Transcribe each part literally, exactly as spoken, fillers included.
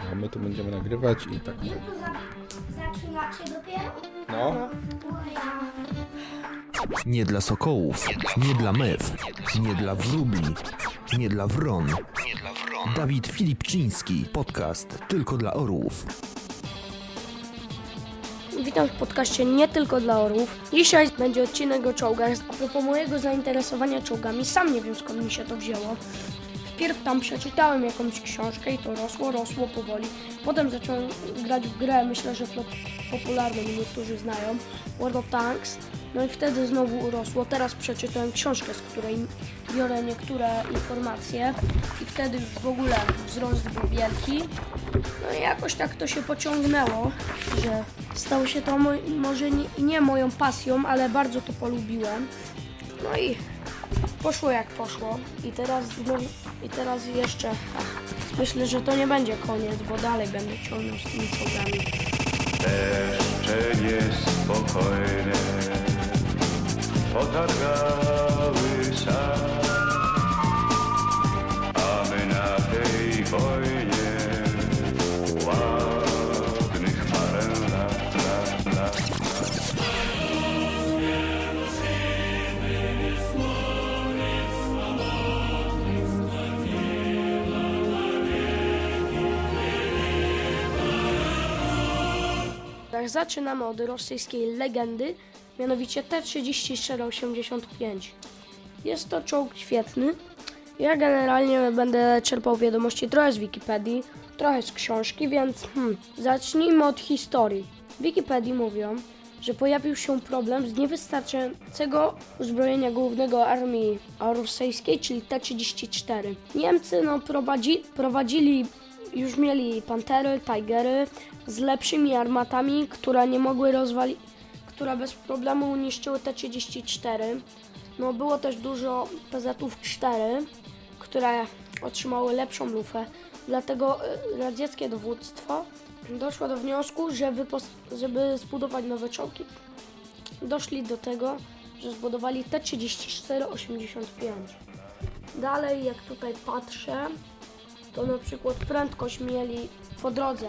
A my tu będziemy nagrywać i tak... Wy tu za, zaczynacie dopiero? No. Nie dla sokołów, nie dla mew, nie dla wróbli, nie dla wron. Dawid Filipczyński, podcast tylko dla orłów. Witam w podcaście Nie tylko dla orłów. Dzisiaj będzie odcinek o czołgach. A propos mojego zainteresowania czołgami, sam nie wiem skąd mi się to wzięło. Wpierw tam przeczytałem jakąś książkę i to rosło, rosło powoli. Potem zacząłem grać w grę, myślę, że to popularne, niektórzy znają, World of Tanks. No i wtedy znowu rosło. Teraz przeczytałem książkę, z której biorę niektóre informacje i wtedy już w ogóle wzrost był wielki. No i jakoś tak to się pociągnęło, że stało się to moj, może nie, nie moją pasją, ale bardzo to polubiłem. No i poszło jak poszło i teraz, i teraz jeszcze ach, myślę, że to nie będzie koniec, bo dalej będę ciągnął z tymi czołgami. Deszcze niespokojne potargały sad, a my na tej wojnie ładnych parę lat, lat, lat. Tak, zaczynamy od rosyjskiej legendy, mianowicie T trzydzieści cztery osiemdziesiąt pięć. Jest to czołg świetny. Ja generalnie będę czerpał wiadomości trochę z Wikipedii, trochę z książki, więc hmm, zacznijmy od historii. W Wikipedii mówią, że pojawił się problem z niewystarczającego uzbrojenia głównego armii rosyjskiej, czyli T trzydzieści cztery. Niemcy no, prowadzi, prowadzili, już mieli Pantery, Tigery z lepszymi armatami, które nie mogły rozwalić, które bez problemu niszczyły T trzydzieści cztery. No było też dużo P Z-ów cztery, które otrzymały lepszą lufę. Dlatego radzieckie dowództwo doszło do wniosku, że wypos- żeby zbudować nowe czołgi, doszli do tego, że zbudowali T trzydzieści cztery osiemdziesiąt pięć. Dalej, jak tutaj patrzę, to na przykład prędkość mieli po drodze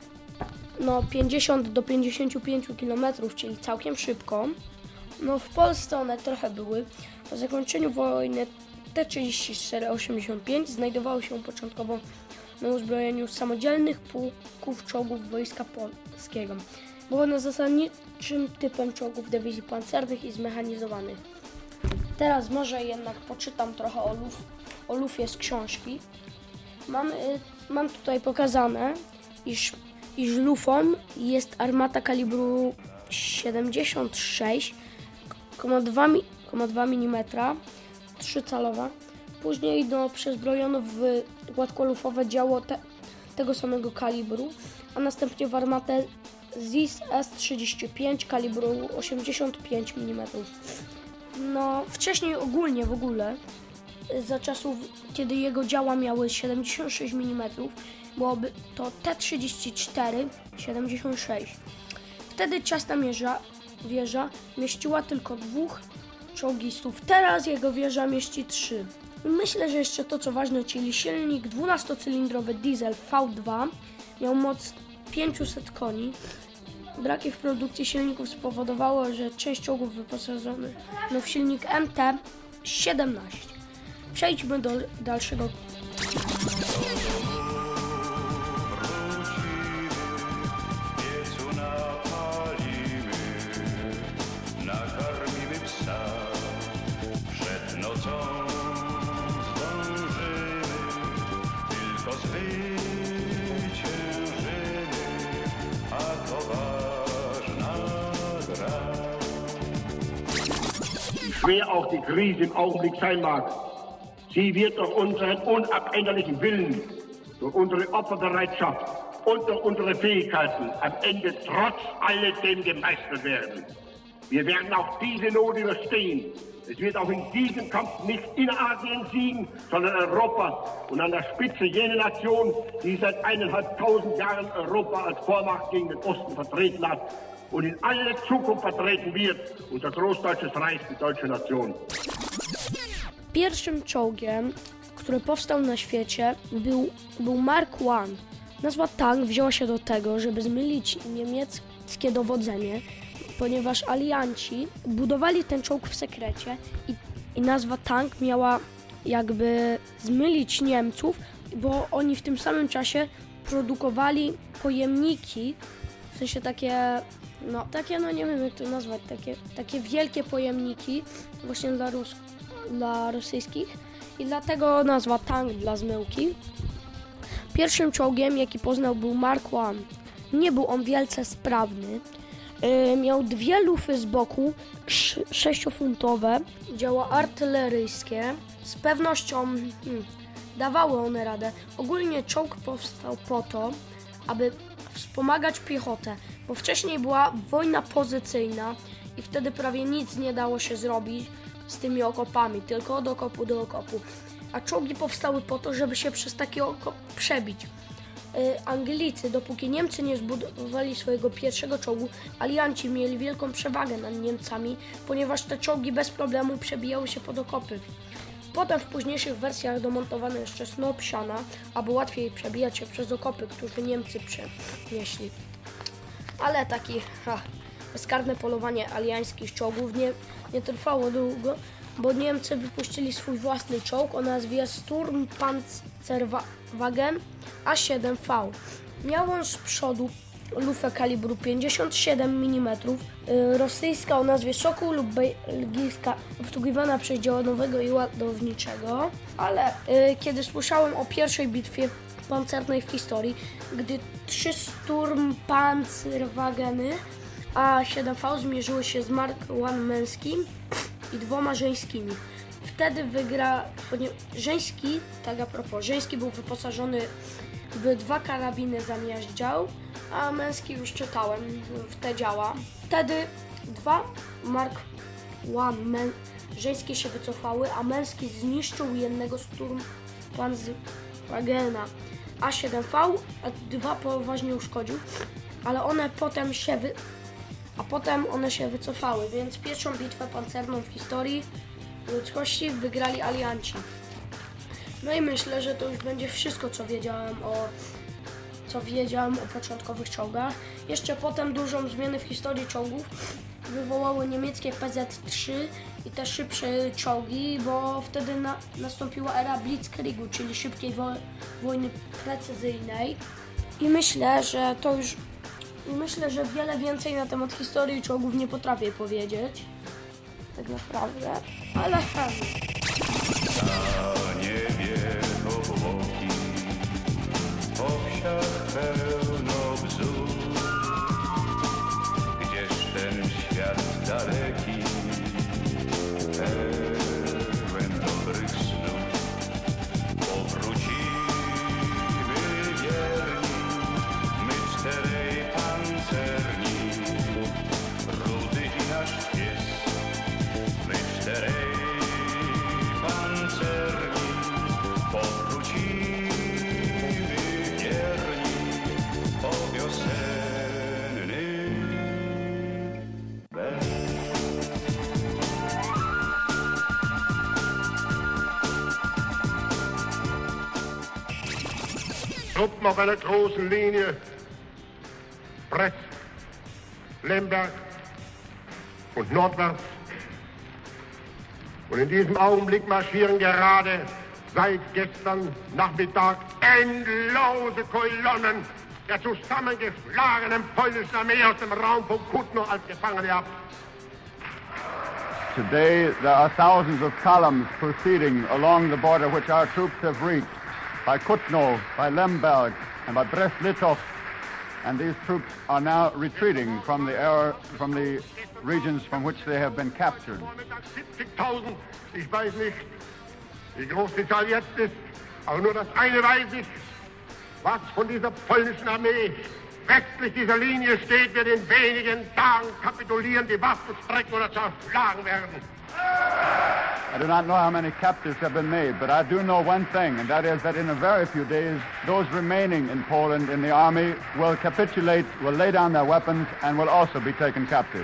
no pięćdziesiąt do pięćdziesięciu pięciu kilometrów, czyli całkiem szybko. No w Polsce one trochę były. Po zakończeniu wojny T trzydzieści cztery osiemdziesiąt pięć znajdowało się początkowo na uzbrojeniu samodzielnych pułków czołgów Wojska Polskiego. Było one zasadniczym typem czołgów dywizji pancernych i zmechanizowanych. Teraz może jednak poczytam trochę o, luf, o lufie z książki. Mam, y, mam tutaj pokazane, iż, iż lufą jest armata kalibru siedemdziesiąt sześć przecinek dwa milimetra, trzycalowa. Później no, przezbrojono w gładkolufowe działo te, tego samego kalibru, a następnie w armatę Z I S S trzydzieści pięć kalibru osiemdziesiąt pięć milimetrów. No, wcześniej ogólnie w ogóle, za czasów, kiedy jego działa miały siedemdziesiąt sześć milimetrów, byłoby to T trzydzieści cztery siedemdziesiąt sześć. Wtedy ciasna wieża, wieża mieściła tylko dwóch czołgistów. Teraz jego wieża mieści trzy. Myślę, że jeszcze to co ważne, czyli silnik dwunastocylindrowy diesel V dwa miał moc pięćset koni. Braki w produkcji silników spowodowało, że część czołgów wyposażonych no w silnik M T siedemnaście. Przejdźmy do dalszego. Schwer auch die Krise im Augenblick sein mag, sie wird durch unseren unabänderlichen Willen, durch unsere Opferbereitschaft und durch unsere Fähigkeiten am Ende trotz alledem gemeistert werden. Wir werden auch diese Not überstehen. Es wird auch in diesem Kampf nicht Innerasien siegen, sondern Europa und an der Spitze jene Nation, die seit eineinhalbtausend Jahren Europa als Vormacht gegen den Osten vertreten hat und in alle Zukunft vertreten wird, unser großdeutsches Reich, die deutsche Nation. Pierwszym czołgiem, który powstał na świecie, był, był Mark jeden. Nazwa tank wzięła się do tego, żeby zmylić niemieckie dowodzenie, ponieważ alianci budowali ten czołg w sekrecie i, i nazwa tank miała jakby zmylić Niemców, bo oni w tym samym czasie produkowali pojemniki, w sensie takie, no takie, no nie wiem jak to nazwać, takie, takie wielkie pojemniki właśnie dla, Rus- dla rosyjskich i dlatego nazwa tank dla zmyłki. Pierwszym czołgiem, jaki poznał, był Mark jeden. Nie był on wielce sprawny. Yy, miał dwie lufy z boku, sz- sześciofuntowe, działa artyleryjskie. Z pewnością hmm, dawały one radę. Ogólnie czołg powstał po to, aby wspomagać piechotę, bo wcześniej była wojna pozycyjna i wtedy prawie nic nie dało się zrobić z tymi okopami, tylko od okopu do okopu. A czołgi powstały po to, żeby się przez taki okop przebić. Yy, Anglicy, dopóki Niemcy nie zbudowali swojego pierwszego czołgu, alianci mieli wielką przewagę nad Niemcami, ponieważ te czołgi bez problemu przebijały się pod okopy. Potem w późniejszych wersjach domontowano jeszcze snop siana, aby łatwiej przebijać się przez okopy, które Niemcy przenieśli. Ale takie ha, bezkarne polowanie aliańskich czołgów nie, nie trwało długo, bo Niemcy wypuścili swój własny czołg o nazwie Sturmpanzerwagen A siedem V. Miał on z przodu lufę kalibru pięćdziesiąt siedem milimetrów, yy, rosyjska o nazwie Sokół lub belgijska, obsługiwana przez działa nowego i ładowniczego, ale yy, kiedy słyszałem o pierwszej bitwie pancernej w historii, gdy trzy Sturmpanzerwageny A siedem V zmierzyły się z Mark jeden męskim i dwoma żeńskimi. Wtedy wygra... Żeński, tak a propos, żeński był wyposażony w dwa karabiny zamiast dział, a męski już czytałem, w te działa. Wtedy dwa Mark jeden mę... żeńskie się wycofały, a męski zniszczył jednego Sturmpanzerwagena A siedem V, a dwa poważnie uszkodził, ale one potem się wy... a potem one się wycofały, więc pierwszą bitwę pancerną w historii ludzkości wygrali alianci. No i myślę, że to już będzie wszystko, co wiedziałem o co wiedziałem o początkowych czołgach. Jeszcze potem dużą zmianę w historii czołgów wywołały niemieckie P Z trzy i te szybsze czołgi, bo wtedy na, nastąpiła era Blitzkriegu, czyli szybkiej wo- wojny precyzyjnej. I myślę, że to już I myślę, że wiele więcej na temat historii czołgów nie potrafię powiedzieć. Tak naprawdę, ale chętnie. Na niebie obłoki, po wsiach pełno bzów. Gdzież ten świat daleki, pełen dobrych snów. Powrócimy wierni, my czterej pancerni, rudy i nasz pies. My czterej pancerni, powrócimy wierni po wiosenny bez. Truppen auf einer großen Linie, Brest, Lemberg und nordwärts. Und in diesem Augenblick marschieren gerade seit gestern Nachmittag endlose Kolonnen der zusammengeschlagenen polnischen Armee aus dem Raum von Kutno als Gefangene ab. Today there are thousands of columns proceeding along the border which our troops have reached, by Kutno, by Lemberg, and by Brest-Litovsk. And these troops are now retreating from the air, from the regions from which they have been captured. siebzigtausend, ich weiß nicht, wie groß die Zahl jetzt ist, aber nur das eine weiß ich, was von dieser polnischen Armee westlich dieser Linie steht, wird in wenigen Tagen kapitulieren, die Waffen strecken oder zerschlagen werden. I do not know how many captives have been made, but I do know one thing, and that is that in a very few days, those remaining in Poland in the army will capitulate, will lay down their weapons, and will also be taken captive.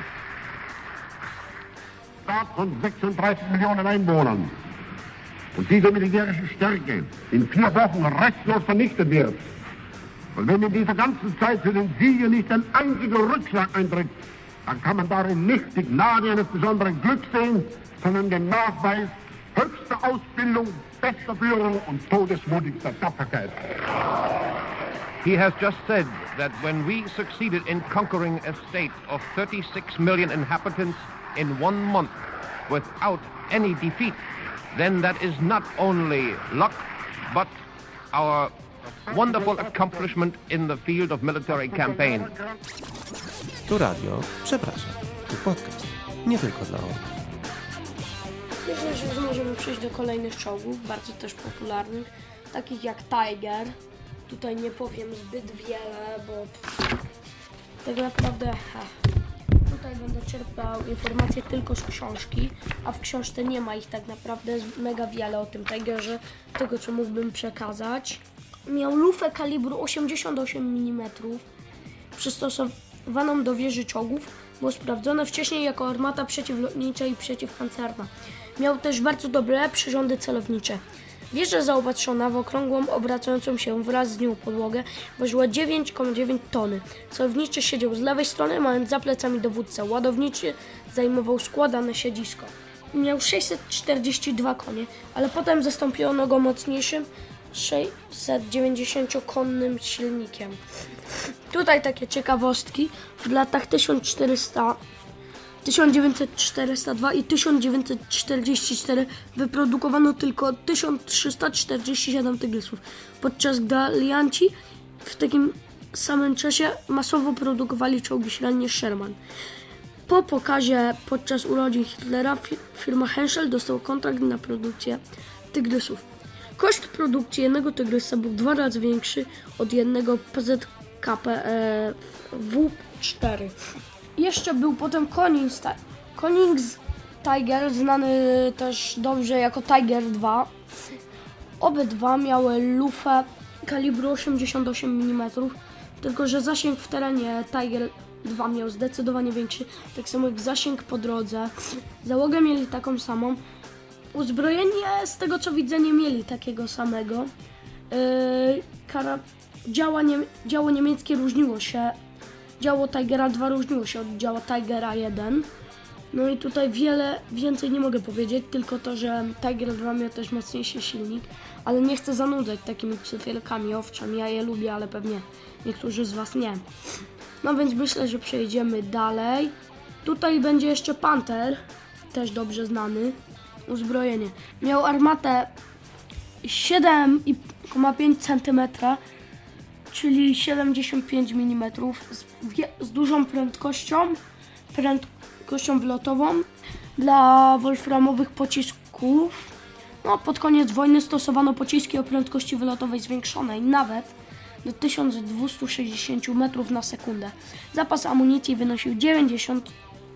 Staat von sechsunddreißig Millionen Einwohnern und diese militärische Stärke in vier Wochen restlos vernichtet wird, Und wenn in dieser ganzen Zeit für den Sieger nicht ein einziger Rückschlag eintritt, dann kann man darin nicht die Gnade eines besonderen Glücks sehen, sondern den Nachweis höchster Ausbildung, bester Führung und todesmutigster Tapferkeit. He has just said that when we succeeded in conquering a state of thirty-six million inhabitants in one month without any defeat, then that is not only luck, but our wonderful accomplishment in the field of military campaign. Tu radio, przepraszam, tu podcast, nie tylko dla orłów. Myślę, że już możemy przejść do kolejnych czołgów, bardzo też popularnych, takich jak Tiger. Tutaj nie powiem zbyt wiele, bo tak naprawdę ha, tutaj będę czerpał informacje tylko z książki, a w książce nie ma ich tak naprawdę mega wiele o tym Tigerze, tego co mógłbym przekazać. Miał lufę kalibru osiemdziesiąt osiem milimetrów, przystosowaną do wieży czołgów, było sprawdzone wcześniej jako armata przeciwlotnicza i przeciwpancerna. Miał też bardzo dobre przyrządy celownicze. Wieża zaopatrzona w okrągłą, obracającą się wraz z nią podłogę ważyła dziewięć przecinek dziewięć tony. Celowniczy siedział z lewej strony, mając za plecami dowódcę. Ładowniczy zajmował składane siedzisko. Miał sześćset czterdzieści dwa konie, ale potem zastąpiono go mocniejszym sześćset dziewięćdziesięciokonnym silnikiem. Tutaj takie ciekawostki. W latach tysiąc czterysta tysiąc dziewięćset czterdzieści dwa i tysiąc dziewięćset czterdzieści cztery wyprodukowano tylko tysiąc trzysta czterdzieści siedem tygrysów, podczas gdy alianci w takim samym czasie masowo produkowali czołgi średnie Sherman. Po pokazie podczas urodzin Hitlera firma Henschel dostała kontrakt na produkcję tygrysów. Koszt produkcji jednego tygrysa był dwa razy większy od jednego P Z K P W cztery. Jeszcze był potem Konings, Konings Tiger, znany też dobrze jako Tiger dwa. Obydwa miały lufę kalibru osiemdziesiąt osiem milimetrów, tylko że zasięg w terenie Tiger dwa miał zdecydowanie większy, tak samo jak zasięg po drodze. Załogę mieli taką samą. Uzbrojenie, z tego co widzę, nie mieli takiego samego. Yy, kara, działa nie, działo niemieckie różniło się. Działo Tigera dwa różniło się od działa Tigera jeden. No i tutaj wiele więcej nie mogę powiedzieć, tylko to, że Tiger dwa miał też mocniejszy silnik, ale nie chcę zanudzać takimi cyferkami, owszem, ja je lubię, ale pewnie niektórzy z Was nie. No więc myślę, że przejdziemy dalej. Tutaj będzie jeszcze Panther, też dobrze znany. Uzbrojenie. Miał armatę siedem przecinek pięć centymetra, czyli siedemdziesiąt pięć milimetrów, z, z dużą prędkością, prędkością wylotową dla wolframowych pocisków. No, pod koniec wojny stosowano pociski o prędkości wylotowej zwiększonej nawet do tysiąc dwieście sześćdziesiąt metrów na sekundę. Zapas amunicji wynosił dziewięćdziesiąt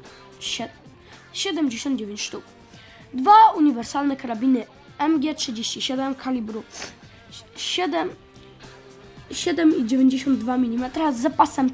siedemdziesiąt dziewięć sztuk. Dwa uniwersalne karabiny M G trzydzieści siedem kalibru siedem przecinek dziewięćdziesiąt dwa milimetra z zapasem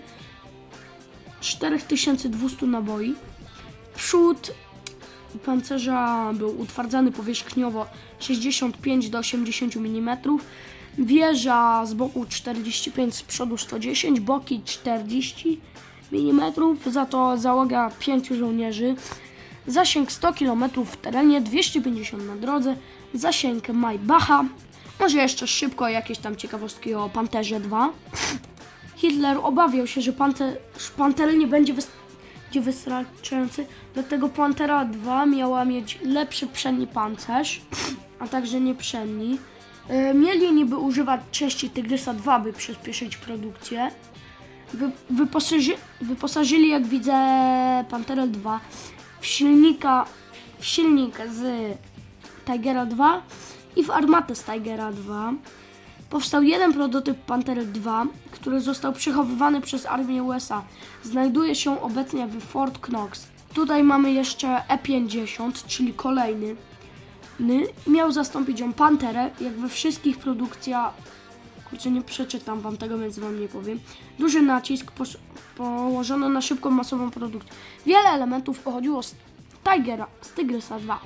cztery tysiące dwieście naboi. Przód pancerza był utwardzany powierzchniowo sześćdziesiąt pięć do osiemdziesięciu milimetrów. Wieża z boku czterdzieści pięć, z przodu sto dziesięć, boki czterdzieści milimetrów, za to załoga pięciu żołnierzy. Zasięg sto kilometrów w terenie, dwieście pięćdziesiąt na drodze, zasięg Maybacha. Może jeszcze szybko jakieś tam ciekawostki o Panterze dwa. Hitler obawiał się, że Panter, Panter nie będzie, wys, będzie wystarczający, dlatego Pantera dwa miała mieć lepszy przedni pancerz, a także nie przedni. Mieli niby używać części Tygrysa dwa, by przyspieszyć produkcję. Wy, wyposaży, wyposażyli, jak widzę, Panterę dwa w silnika, w silnik z Tigera dwa i w armatę z Tigera dwa. Powstał jeden prototyp Pantery dwa, który został przechowywany przez armię U S A. Znajduje się obecnie w Fort Knox. Tutaj mamy jeszcze E pięćdziesiąt, czyli kolejny. Miał zastąpić ją Panterę, jak we wszystkich produkcjach. Kurczę, nie przeczytam wam tego, więc wam nie powiem. Duży nacisk po, położono na szybką, masową produkcję. Wiele elementów pochodziło z Tigera, z Tygrysa dwa.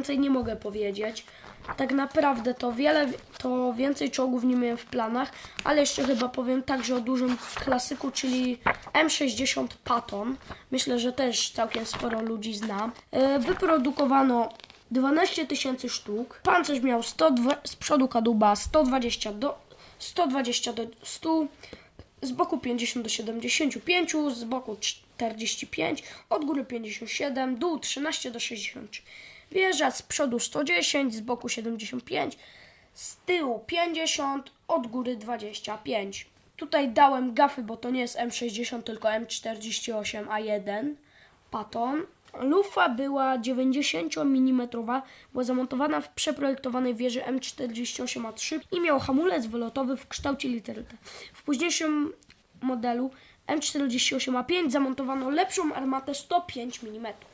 więcej nie mogę powiedzieć. Tak naprawdę to wiele, to więcej czołgów nie miałem w planach, ale jeszcze chyba powiem także o dużym klasyku, czyli M sześćdziesiąt Patton. Myślę, że też całkiem sporo ludzi zna. Wyprodukowano dwanaście tysięcy sztuk. Pancerz miał sto dwa, z przodu kadłuba sto dwadzieścia do sto dwadzieścia do stu, z boku pięćdziesiąt do siedemdziesięciu pięciu, z boku czterdzieści pięć, od góry pięćdziesiąt siedem, dół trzynaście do sześćdziesięciu. Wieża z przodu sto dziesięć, z boku siedemdziesiąt pięć, z tyłu pięćdziesiąt, od góry dwadzieścia pięć. Tutaj dałem gafy, bo to nie jest M sześćdziesiąt, tylko M czterdzieści osiem A jeden Patton. Lufa była dziewięćdziesięciomilimetrowa, była zamontowana w przeprojektowanej wieży M czterdzieści osiem A trzy i miał hamulec wylotowy w kształcie litery T. W późniejszym modelu M czterdzieści osiem A pięć zamontowano lepszą armatę sto pięć milimetrów.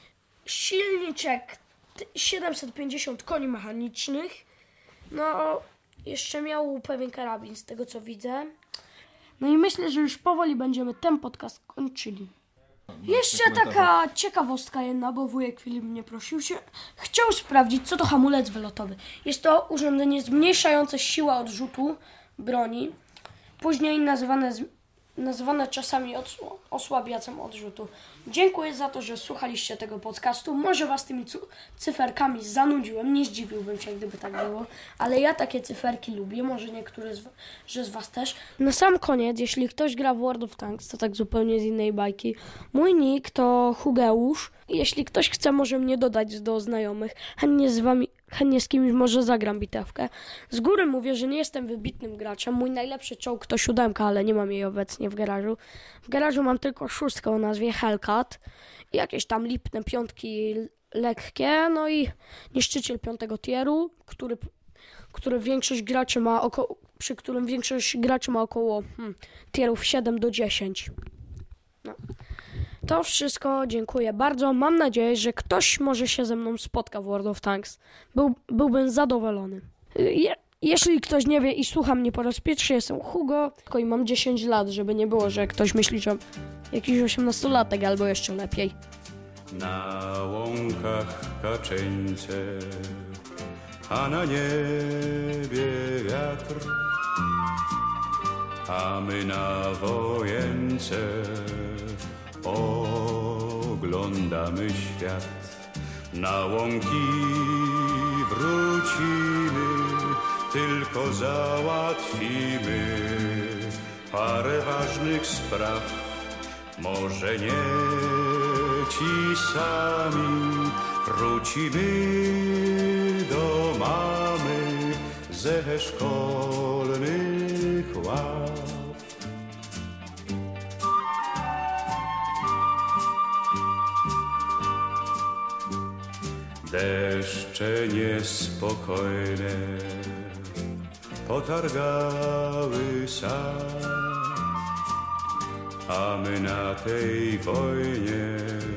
Silniczek siedemset pięćdziesiąt koni mechanicznych. No, jeszcze miał pewien karabin z tego co widzę. No i myślę, że już powoli będziemy ten podcast kończyli. Jeszcze taka ciekawostka jedna, bo wujek Filip mnie prosił się. Chciał sprawdzić, co to hamulec wylotowy. Jest to urządzenie zmniejszające siłę odrzutu broni, później nazywane, nazywane czasami osłabiacem odrzutu. Dziękuję za to, że słuchaliście tego podcastu. Może was tymi cyferkami zanudziłem, nie zdziwiłbym się, gdyby tak było, ale ja takie cyferki lubię, może niektórzy z, że z was też. Na sam koniec, jeśli ktoś gra w World of Tanks, to tak zupełnie z innej bajki. Mój nick to Hugeusz. Jeśli ktoś chce, może mnie dodać do znajomych. Chętnie z wami, chętnie z kimś może zagram bitewkę. Z góry mówię, że nie jestem wybitnym graczem. Mój najlepszy czołg to siódemka, ale nie mam jej obecnie w garażu. W garażu mam tylko szóstkę o nazwie Hellcat i jakieś tam lipne piątki lekkie, no i niszczyciel piątego tieru, który, który większość graczy ma około, przy którym większość graczy ma około hmm, tierów siedem do dziesięciu. No. To wszystko, dziękuję bardzo. Mam nadzieję, że ktoś może się ze mną spotka w World of Tanks. Był, byłbym zadowolony. Je, jeśli ktoś nie wie i słucha mnie po raz pierwszy, jestem Hugo i mam dziesięć lat, żeby nie było, że ktoś myśli, że jakiś osiemnastolatek albo jeszcze lepiej. Na łąkach kaczeńce, a na niebie wiatr, a my na wojence oglądamy świat. Na łąki wrócimy, tylko załatwimy parę ważnych spraw. Może nie ci sami, wrócimy do mamy ze szkolnych ław. Deszcze niespokojne potargały sad, a my na tej wojnie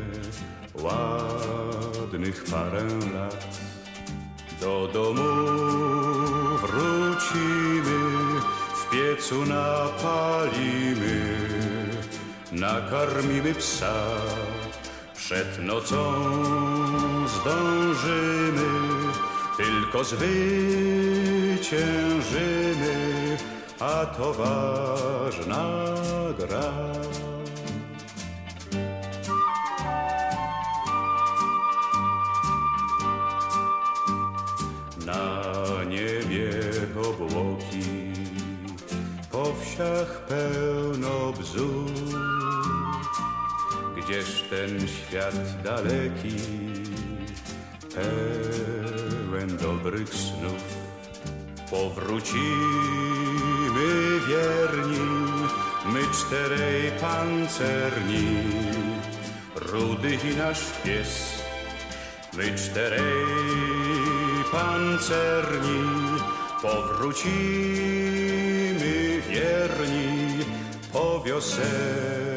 ładnych parę lat. Do domu wrócimy, w piecu napalimy, nakarmimy psa. Przed nocą zdążymy, tylko zwyciężymy, a to ważna gra. Na niebie obłoki, po wsiach pełno bzów. Gdzież ten świat daleki, pełen dobrych snów. Powrócimy wierni, my czterej pancerni, Rudy i nasz pies. My czterej pancerni, powrócimy wierni po wiosennej